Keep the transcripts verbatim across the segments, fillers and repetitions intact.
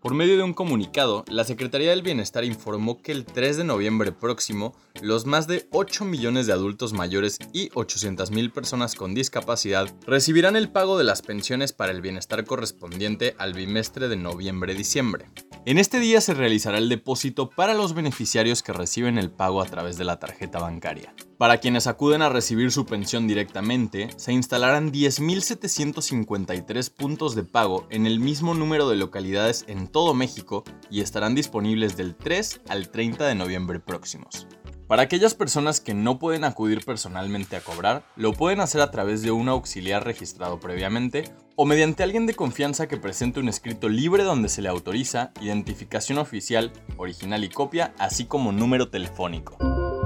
Por medio de un comunicado, la Secretaría del Bienestar informó que el tres de noviembre próximo, los más de ocho millones de adultos mayores y ochocientas mil personas con discapacidad recibirán el pago de las pensiones para el bienestar correspondiente al bimestre de noviembre-diciembre. En este día se realizará el depósito para los beneficiarios que reciben el pago a través de la tarjeta bancaria. Para quienes acuden a recibir su pensión directamente, se instalarán diez mil setecientos cincuenta y tres puntos de pago en el mismo número de localidades en todo México y estarán disponibles del tres al treinta de noviembre próximos. Para aquellas personas que no pueden acudir personalmente a cobrar, lo pueden hacer a través de un auxiliar registrado previamente o mediante alguien de confianza que presente un escrito libre donde se le autoriza identificación oficial, original y copia, así como número telefónico.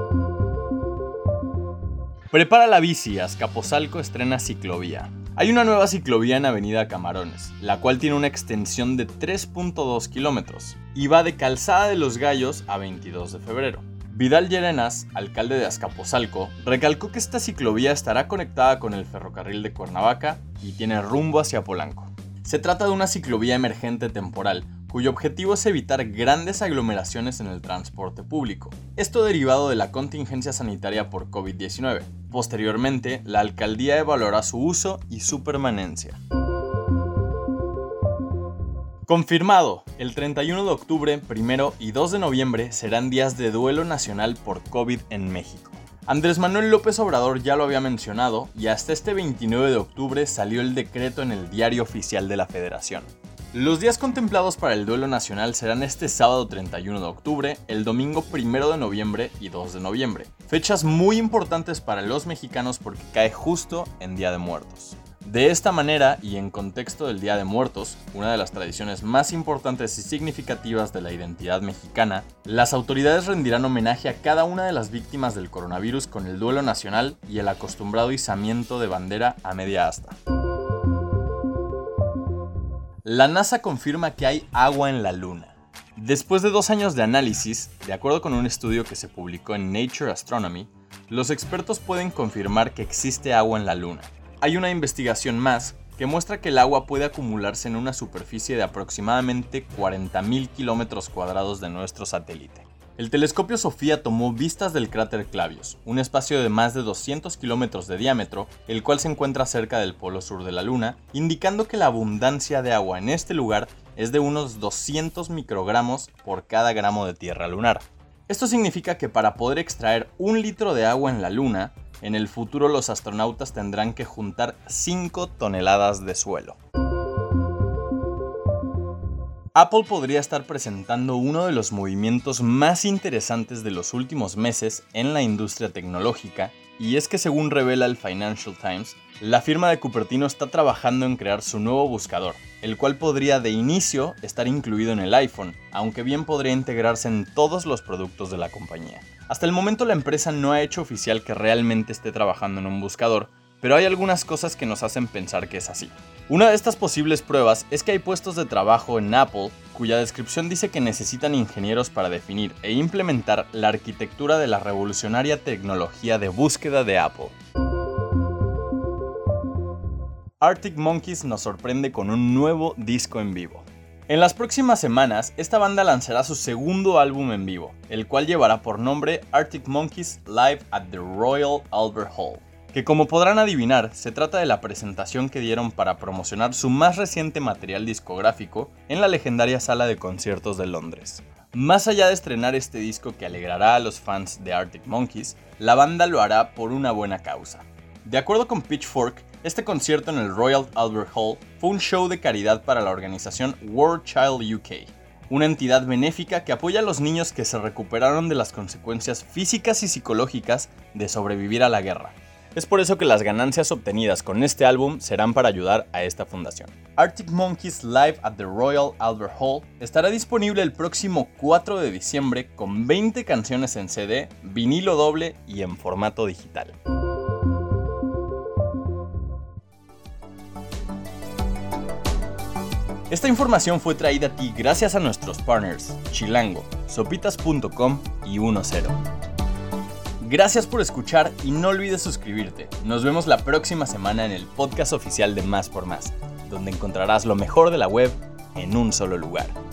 Prepara la bici, Azcapotzalco estrena ciclovía. Hay una nueva ciclovía en Avenida Camarones, la cual tiene una extensión de tres punto dos kilómetros y va de Calzada de los Gallos a veintidós de febrero. Vidal Llerenas, alcalde de Azcapotzalco, recalcó que esta ciclovía estará conectada con el ferrocarril de Cuernavaca y tiene rumbo hacia Polanco. Se trata de una ciclovía emergente temporal, cuyo objetivo es evitar grandes aglomeraciones en el transporte público, esto derivado de la contingencia sanitaria por covid diecinueve. Posteriormente, la alcaldía evaluará su uso y su permanencia. Confirmado, el treinta y uno de octubre, primero y dos de noviembre serán días de duelo nacional por COVID en México. Andrés Manuel López Obrador ya lo había mencionado y hasta este veintinueve de octubre salió el decreto en el Diario Oficial de la Federación. Los días contemplados para el duelo nacional serán este sábado treinta y uno de octubre, el domingo primero de noviembre y dos de noviembre. Fechas muy importantes para los mexicanos porque cae justo en Día de Muertos. De esta manera, y en contexto del Día de Muertos, una de las tradiciones más importantes y significativas de la identidad mexicana, las autoridades rendirán homenaje a cada una de las víctimas del coronavirus con el duelo nacional y el acostumbrado izamiento de bandera a media asta. La NASA confirma que hay agua en la Luna. Después de dos años de análisis, de acuerdo con un estudio que se publicó en Nature Astronomy, los expertos pueden confirmar que existe agua en la Luna. Hay una investigación más que muestra que el agua puede acumularse en una superficie de aproximadamente cuarenta mil kilómetros cuadrados de nuestro satélite. El telescopio SOFIA tomó vistas del cráter Clavius, un espacio de más de doscientos kilómetros de diámetro, el cual se encuentra cerca del polo sur de la Luna, indicando que la abundancia de agua en este lugar es de unos doscientos microgramos por cada gramo de tierra lunar. Esto significa que para poder extraer un litro de agua en la Luna, en el futuro los astronautas tendrán que juntar cinco toneladas de suelo. Apple podría estar presentando uno de los movimientos más interesantes de los últimos meses en la industria tecnológica, y es que según revela el Financial Times, la firma de Cupertino está trabajando en crear su nuevo buscador, el cual podría de inicio estar incluido en el iPhone, aunque bien podría integrarse en todos los productos de la compañía. Hasta el momento la empresa no ha hecho oficial que realmente esté trabajando en un buscador, pero hay algunas cosas que nos hacen pensar que es así. Una de estas posibles pruebas es que hay puestos de trabajo en Apple cuya descripción dice que necesitan ingenieros para definir e implementar la arquitectura de la revolucionaria tecnología de búsqueda de Apple. Arctic Monkeys nos sorprende con un nuevo disco en vivo. En las próximas semanas, esta banda lanzará su segundo álbum en vivo, el cual llevará por nombre Arctic Monkeys Live at the Royal Albert Hall, que como podrán adivinar, se trata de la presentación que dieron para promocionar su más reciente material discográfico en la legendaria sala de conciertos de Londres. Más allá de estrenar este disco que alegrará a los fans de Arctic Monkeys, la banda lo hará por una buena causa. De acuerdo con Pitchfork, este concierto en el Royal Albert Hall fue un show de caridad para la organización World Child U K, una entidad benéfica que apoya a los niños que se recuperaron de las consecuencias físicas y psicológicas de sobrevivir a la guerra. Es por eso que las ganancias obtenidas con este álbum serán para ayudar a esta fundación. Arctic Monkeys Live at the Royal Albert Hall estará disponible el próximo cuatro de diciembre con veinte canciones en C D, vinilo doble y en formato digital. Esta información fue traída a ti gracias a nuestros partners Chilango, sopitas punto com y uno cero. Gracias por escuchar y no olvides suscribirte. Nos vemos la próxima semana en el podcast oficial de Más por Más, donde encontrarás lo mejor de la web en un solo lugar.